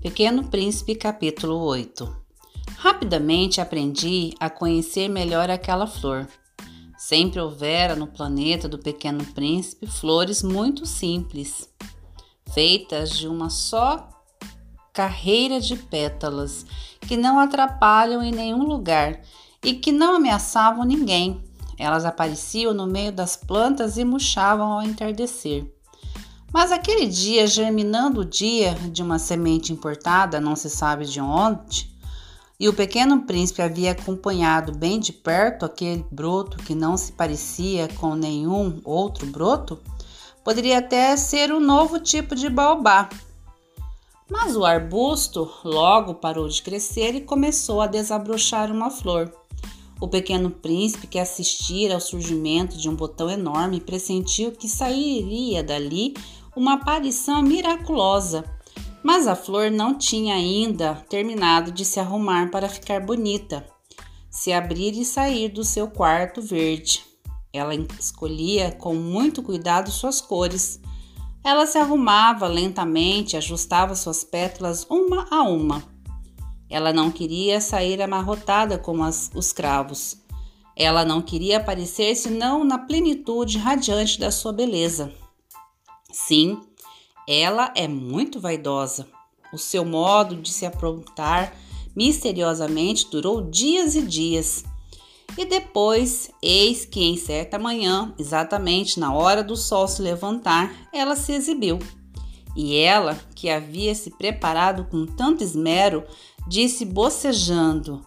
Pequeno Príncipe, capítulo 8. Rapidamente aprendi a conhecer melhor aquela flor. Sempre houvera no planeta do Pequeno Príncipe flores muito simples, feitas de uma só carreira de pétalas, que não atrapalham em nenhum lugar e que não ameaçavam ninguém. Elas apareciam no meio das plantas e murchavam ao entardecer. Mas aquele dia, germinando o dia de uma semente importada, não se sabe de onde, e o Pequeno Príncipe havia acompanhado bem de perto aquele broto que não se parecia com nenhum outro broto, poderia até ser um novo tipo de baobá. Mas o arbusto logo parou de crescer e começou a desabrochar uma flor. O Pequeno Príncipe, que assistira ao surgimento de um botão enorme, pressentiu que sairia dali uma aparição miraculosa. Mas a flor não tinha ainda terminado de se arrumar para ficar bonita, se abrir e sair do seu quarto verde. Ela escolhia com muito cuidado suas cores. Ela se arrumava lentamente, ajustava suas pétalas uma a uma. Ela não queria sair amarrotada como os cravos. Ela não queria aparecer senão na plenitude radiante da sua beleza. Sim, ela é muito vaidosa. O seu modo de se aprontar misteriosamente durou dias e dias. E depois, eis que em certa manhã, exatamente na hora do sol se levantar, ela se exibiu. E ela, que havia se preparado com tanto esmero, disse bocejando: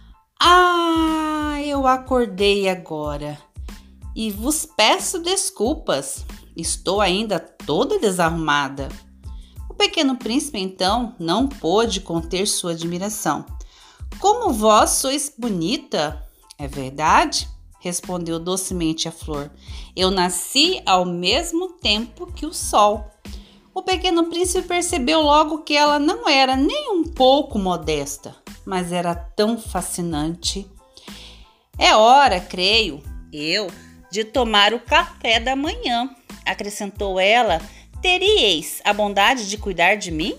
"Ah, eu acordei agora e vos peço desculpas. Estou ainda toda desarrumada." O Pequeno Príncipe, então, não pôde conter sua admiração. "Como vós sois bonita!" "É verdade?" respondeu docemente a flor. "Eu nasci ao mesmo tempo que o sol." O Pequeno Príncipe percebeu logo que ela não era nem um pouco modesta, mas era tão fascinante. "É hora, creio eu, de tomar o café da manhã," acrescentou ela. "Teríeis a bondade de cuidar de mim?"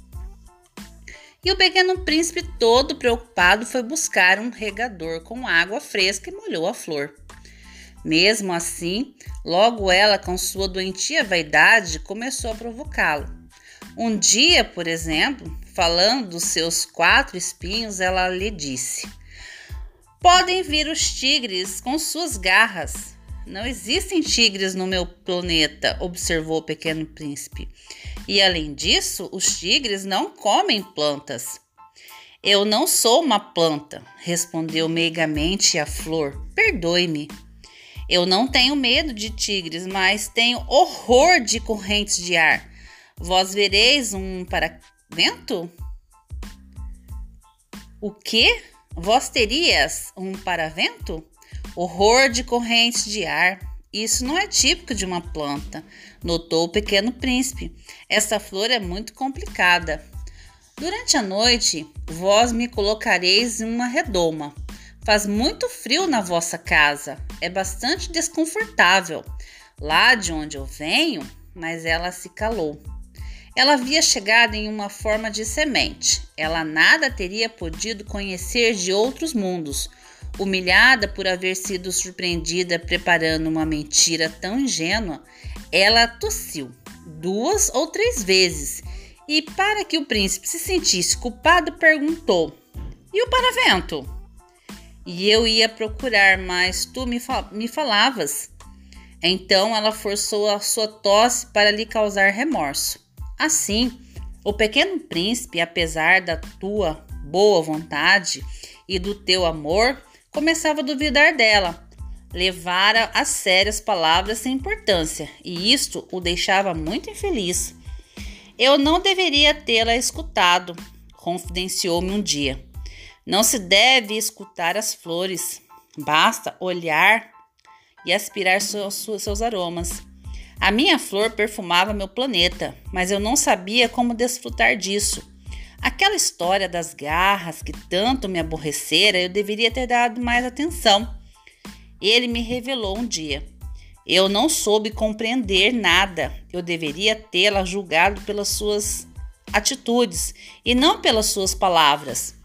E o Pequeno Príncipe, todo preocupado, foi buscar um regador com água fresca e molhou a flor. Mesmo assim, logo ela, com sua doentia vaidade, começou a provocá-lo. Um dia, por exemplo, falando dos seus 4 espinhos, ela lhe disse: "Podem vir os tigres com suas garras." "Não existem tigres no meu planeta," observou o Pequeno Príncipe. "E além disso, os tigres não comem plantas." "Eu não sou uma planta," respondeu meigamente a flor. "Perdoe-me. Eu não tenho medo de tigres, mas tenho horror de correntes de ar. Vós vereis um paravento?" "O quê? Vós terias um paravento?" "Horror de correntes de ar. Isso não é típico de uma planta," notou o Pequeno Príncipe. "Essa flor é muito complicada. Durante a noite, vós me colocareis em uma redoma. Faz muito frio na vossa casa. É bastante desconfortável. Lá de onde eu venho..." Mas ela se calou. Ela havia chegado em uma forma de semente. Ela nada teria podido conhecer de outros mundos. Humilhada por haver sido surpreendida preparando uma mentira tão ingênua, ela tossiu 2 ou 3 vezes e, para que o príncipe se sentisse culpado, perguntou: "E o paravento?" "E eu ia procurar, mas tu me falavas." Então ela forçou a sua tosse para lhe causar remorso. Assim, o Pequeno Príncipe, apesar da tua boa vontade e do teu amor, começava a duvidar dela. Levara a sério as palavras sem importância, e isto o deixava muito infeliz. "Eu não deveria tê-la escutado," confidenciou-me um dia. "Não se deve escutar as flores, basta olhar e aspirar seus aromas. A minha flor perfumava meu planeta, mas eu não sabia como desfrutar disso. Aquela história das garras que tanto me aborrecera, eu deveria ter dado mais atenção." Ele me revelou um dia: "Eu não soube compreender nada. Eu deveria tê-la julgado pelas suas atitudes e não pelas suas palavras.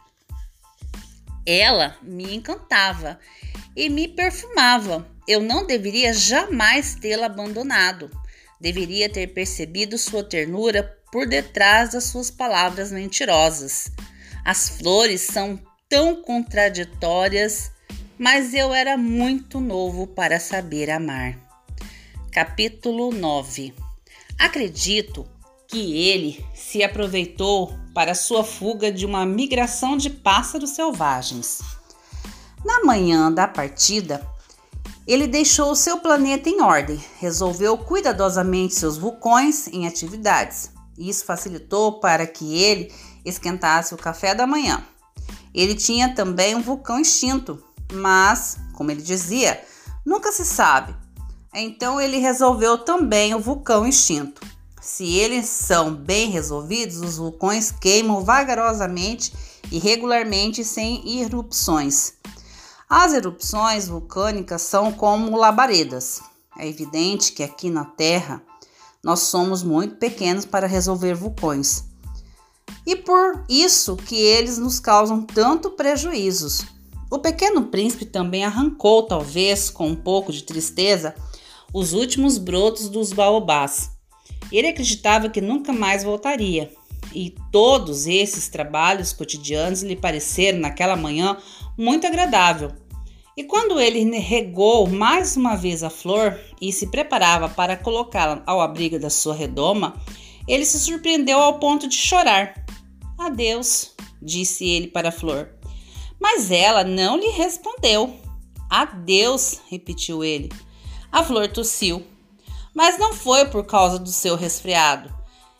Ela me encantava e me perfumava. Eu não deveria jamais tê-la abandonado. Deveria ter percebido sua ternura por detrás das suas palavras mentirosas. As flores são tão contraditórias, mas eu era muito novo para saber amar. Capítulo 9. Acredito que ele se aproveitou para sua fuga de uma migração de pássaros selvagens. Na manhã da partida, ele deixou seu planeta em ordem, resolveu cuidadosamente seus vulcões em atividades. Isso facilitou para que ele esquentasse o café da manhã. Ele tinha também um vulcão extinto, mas, como ele dizia, nunca se sabe. Então ele resolveu também o vulcão extinto. Se eles são bem resolvidos, os vulcões queimam vagarosamente e regularmente sem erupções. As erupções vulcânicas são como labaredas. É evidente que aqui na Terra nós somos muito pequenos para resolver vulcões. E por isso que eles nos causam tanto prejuízos. O Pequeno Príncipe também arrancou, talvez com um pouco de tristeza, os últimos brotos dos baobás. Ele acreditava que nunca mais voltaria. E todos esses trabalhos cotidianos lhe pareceram naquela manhã muito agradável. E quando ele regou mais uma vez a flor e se preparava para colocá-la ao abrigo da sua redoma, ele se surpreendeu ao ponto de chorar. "Adeus", disse ele para a flor. Mas ela não lhe respondeu. "Adeus", repetiu ele. A flor tossiu. Mas não foi por causa do seu resfriado.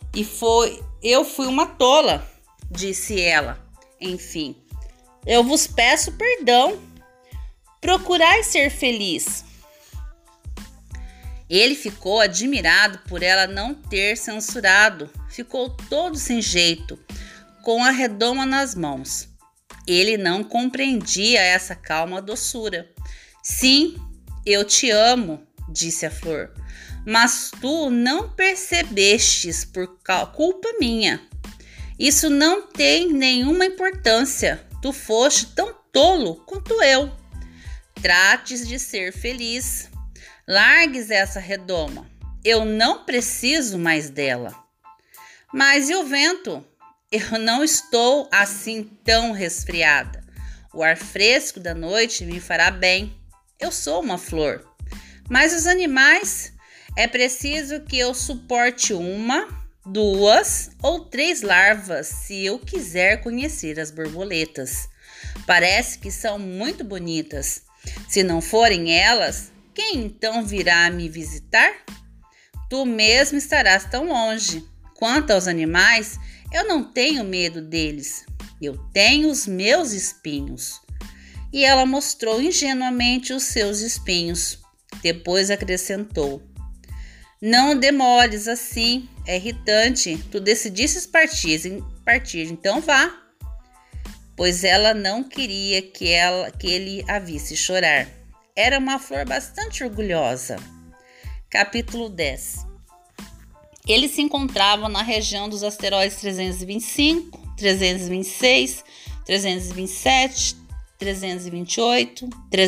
Eu fui uma tola", disse ela. "Enfim, eu vos peço perdão. Procurai ser feliz." Ele ficou admirado por ela não ter censurado. Ficou todo sem jeito, com a redoma nas mãos. Ele não compreendia essa calma doçura. "Sim, eu te amo", disse a flor. "Mas tu não percebestes por culpa minha. Isso não tem nenhuma importância. Tu foste tão tolo quanto eu. Trates de ser feliz. Largues essa redoma. Eu não preciso mais dela." "Mas e o vento? Eu não estou assim tão resfriada. O ar fresco da noite me fará bem. Eu sou uma flor. Mas os animais, é preciso que eu suporte 1, 2 ou 3 larvas se eu quiser conhecer as borboletas. Parece que são muito bonitas. Se não forem elas, quem então virá me visitar? Tu mesmo estarás tão longe. Quanto aos animais, eu não tenho medo deles. Eu tenho os meus espinhos." E ela mostrou ingenuamente os seus espinhos. Depois acrescentou: "Não demores assim, é irritante. Tu decidistes partir, então vá." Pois ela não queria que ele a visse chorar. Era uma flor bastante orgulhosa. Capítulo 10. Eles se encontravam na região dos asteroides 325, 326, 327, 328,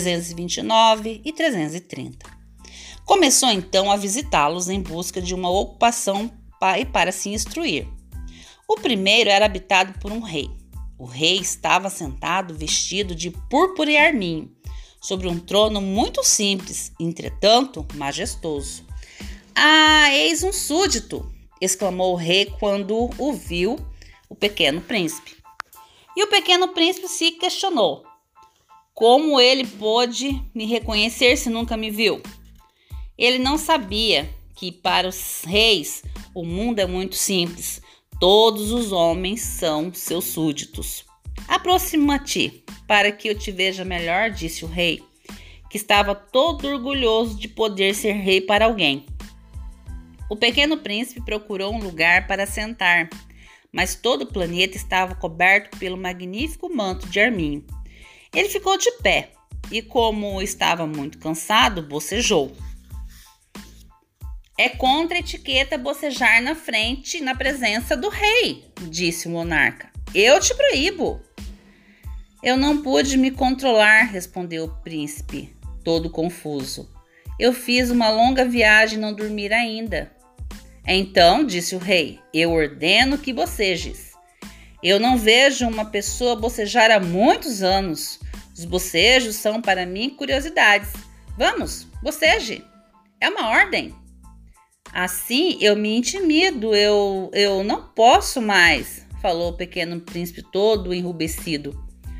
329 e 330. Começou então a visitá-los em busca de uma ocupação e para se instruir. O primeiro era habitado por um rei. O rei estava sentado vestido de púrpura e arminho, sobre um trono muito simples, entretanto majestoso. "Ah, eis um súdito!" exclamou o rei quando o viu, o Pequeno Príncipe. E o Pequeno Príncipe se questionou: como ele pôde me reconhecer se nunca me viu? Ele não sabia que para os reis o mundo é muito simples. Todos os homens são seus súditos. "Aproxima-te, para que eu te veja melhor", disse o rei, que estava todo orgulhoso de poder ser rei para alguém. O Pequeno Príncipe procurou um lugar para sentar, mas todo o planeta estava coberto pelo magnífico manto de arminho. Ele ficou de pé e, como estava muito cansado, bocejou. É contra a etiqueta bocejar na presença do rei, disse o monarca. Eu te proíbo. Eu não pude me controlar, respondeu o príncipe, todo confuso. Eu fiz uma longa viagem e não dormir ainda. Então, disse o rei, eu ordeno que bocejes. Eu não vejo uma pessoa bocejar há muitos anos. Os bocejos são para mim curiosidades. Vamos, boceje. É uma ordem. Assim eu me intimido, eu não posso mais, falou o pequeno príncipe todo enrubescido.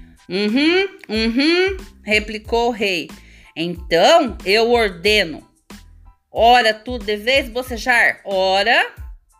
Replicou o rei. Então eu ordeno. Ora, tu deveis bocejar, ora.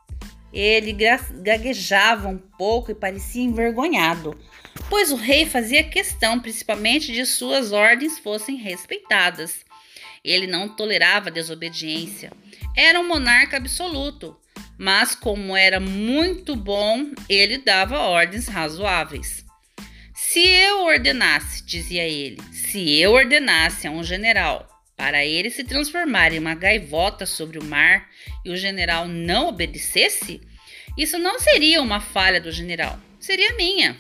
Ele gaguejava um pouco e parecia envergonhado, pois o rei fazia questão, principalmente, de suas ordens fossem respeitadas. Ele não tolerava desobediência. Era um monarca absoluto, mas como era muito bom, ele dava ordens razoáveis. Se eu ordenasse, dizia ele, se eu ordenasse a um general para ele se transformar em uma gaivota sobre o mar e o general não obedecesse, isso não seria uma falha do general, seria minha.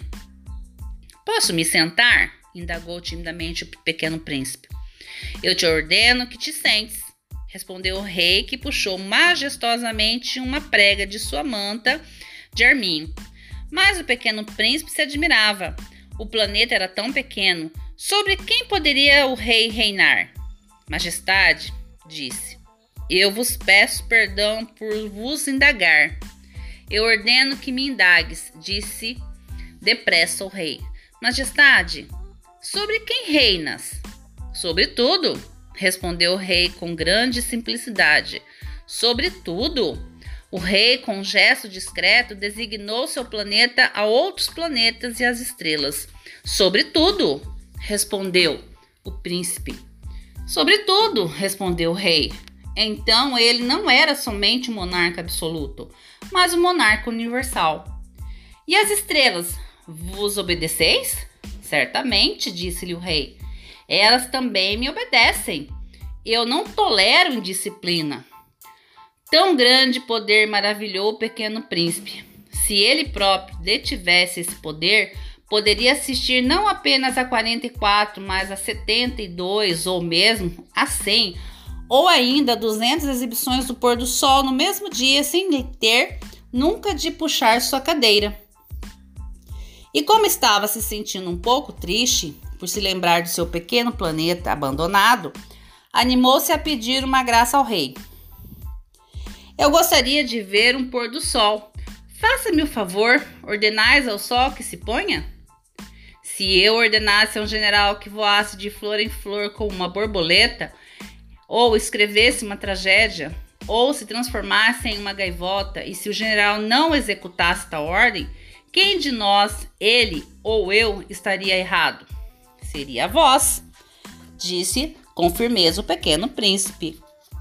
Posso me sentar? Indagou timidamente o pequeno príncipe. Eu te ordeno que te sentes, respondeu o rei, que puxou majestosamente uma prega de sua manta de arminho. Mas o pequeno príncipe se admirava. O planeta era tão pequeno. Sobre quem poderia o rei reinar? Majestade, disse, eu vos peço perdão por vos indagar. Eu ordeno que me indagues, disse depressa o rei. Majestade, sobre quem reinas? Sobre tudo, respondeu o rei com grande simplicidade. Sobre tudo? O rei, com um gesto discreto, designou seu planeta a outros planetas e as estrelas. Sobre tudo, respondeu o príncipe. Sobre tudo, respondeu o rei. Então ele não era somente um monarca absoluto, mas um monarca universal. E as estrelas, vos obedeceis? Certamente, disse-lhe o rei. Elas também me obedecem. Eu não tolero indisciplina. Tão grande poder maravilhou o pequeno príncipe. Se ele próprio detivesse esse poder, poderia assistir não apenas a 44, mas a 72 ou mesmo a 100 ou ainda 200 exibições do pôr do sol no mesmo dia sem ter nunca de puxar sua cadeira. E como estava se sentindo um pouco triste por se lembrar do seu pequeno planeta abandonado, animou-se a pedir uma graça ao rei. Eu gostaria de ver um pôr do sol. Faça-me o favor, ordenais ao sol que se ponha? Se eu ordenasse a um general que voasse de flor em flor como uma borboleta, ou escrevesse uma tragédia, ou se transformasse em uma gaivota, e se o general não executasse tal ordem, quem de nós, ele ou eu, estaria errado? Seria vós, disse com firmeza o pequeno príncipe.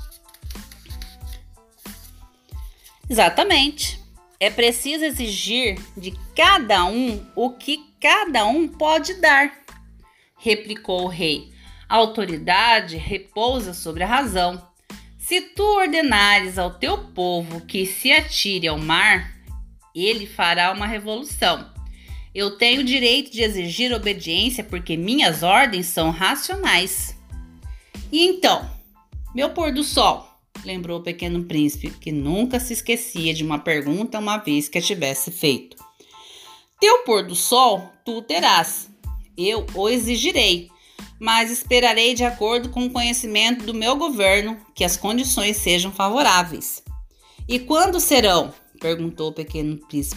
Exatamente. É preciso exigir de cada um o que cada um pode dar, replicou o rei. A autoridade repousa sobre a razão. Se tu ordenares ao teu povo que se atire ao mar, ele fará uma revolução. Eu tenho o direito de exigir obediência porque minhas ordens são racionais. E então, meu pôr do sol, lembrou o pequeno príncipe, que nunca se esquecia de uma pergunta uma vez que a tivesse feito. Teu pôr do sol tu terás, eu o exigirei, mas esperarei de acordo com o conhecimento do meu governo que as condições sejam favoráveis. E quando serão? Perguntou o pequeno príncipe.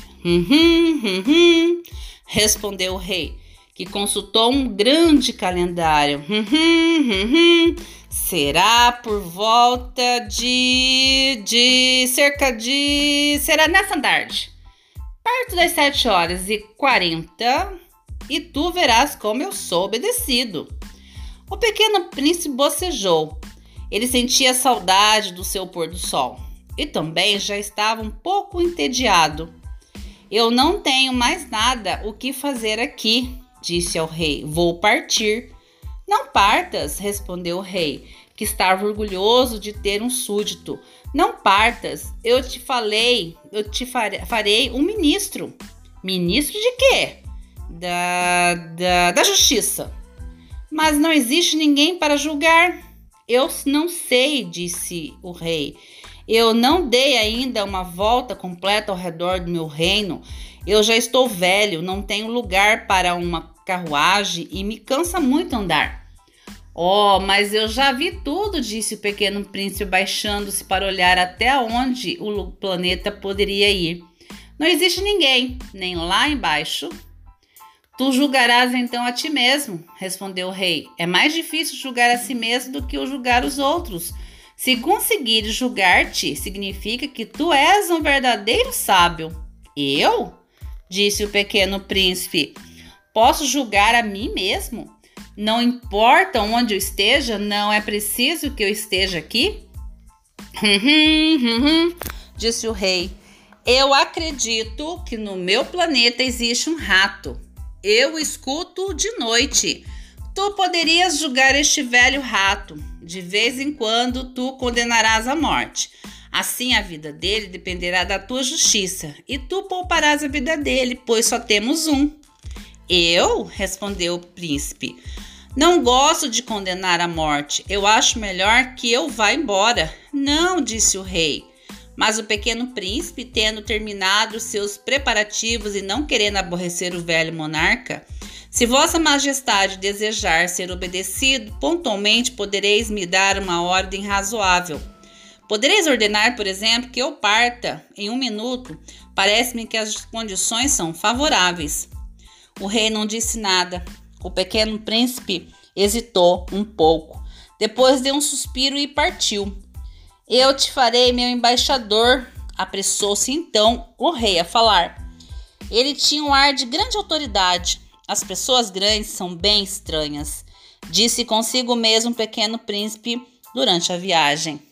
Respondeu o rei, que consultou um grande calendário. Será por volta será nessa tarde, perto das 7h40, e tu verás como eu sou obedecido. O pequeno príncipe bocejou. Ele sentia saudade do seu pôr do sol e também já estava um pouco entediado. Eu não tenho mais nada o que fazer aqui, disse ao rei. Vou partir. Não partas, respondeu o rei. que estava orgulhoso de ter um súdito. Não partas, farei um ministro. Ministro de quê? Da justiça. Mas não existe ninguém para julgar. Eu não sei, disse o rei. Eu não dei ainda uma volta completa ao redor do meu reino. Eu já estou velho, não tenho lugar para uma carruagem e me cansa muito andar. Oh, mas eu já vi tudo, disse o pequeno príncipe, baixando-se para olhar até onde o planeta poderia ir. Não existe ninguém, nem lá embaixo. Tu julgarás então a ti mesmo, respondeu o rei. É mais difícil julgar a si mesmo do que julgar os outros. Se conseguires julgar-te, significa que tu és um verdadeiro sábio. Eu? Disse o pequeno príncipe. Posso julgar a mim mesmo? Não importa onde eu esteja, não é preciso que eu esteja aqui? Disse o rei. Eu acredito que no meu planeta existe um rato. Eu o escuto de noite. Tu poderias julgar este velho rato. De vez em quando tu condenarás à morte. Assim a vida dele dependerá da tua justiça. E tu pouparás a vida dele, pois só temos um. Eu? Respondeu o príncipe. Não gosto de condenar à morte. Eu acho melhor que eu vá embora. Não, disse o rei. Mas o pequeno príncipe, tendo terminado seus preparativos e não querendo aborrecer o velho monarca, se vossa majestade desejar ser obedecido, pontualmente podereis me dar uma ordem razoável. Podereis ordenar, por exemplo, que eu parta em 1 minuto. Parece-me que as condições são favoráveis. O rei não disse nada. O pequeno príncipe hesitou um pouco. Depois deu um suspiro e partiu. Eu te farei meu embaixador, apressou-se então o rei a falar. Ele tinha um ar de grande autoridade. As pessoas grandes são bem estranhas, disse consigo mesmo o pequeno príncipe durante a viagem.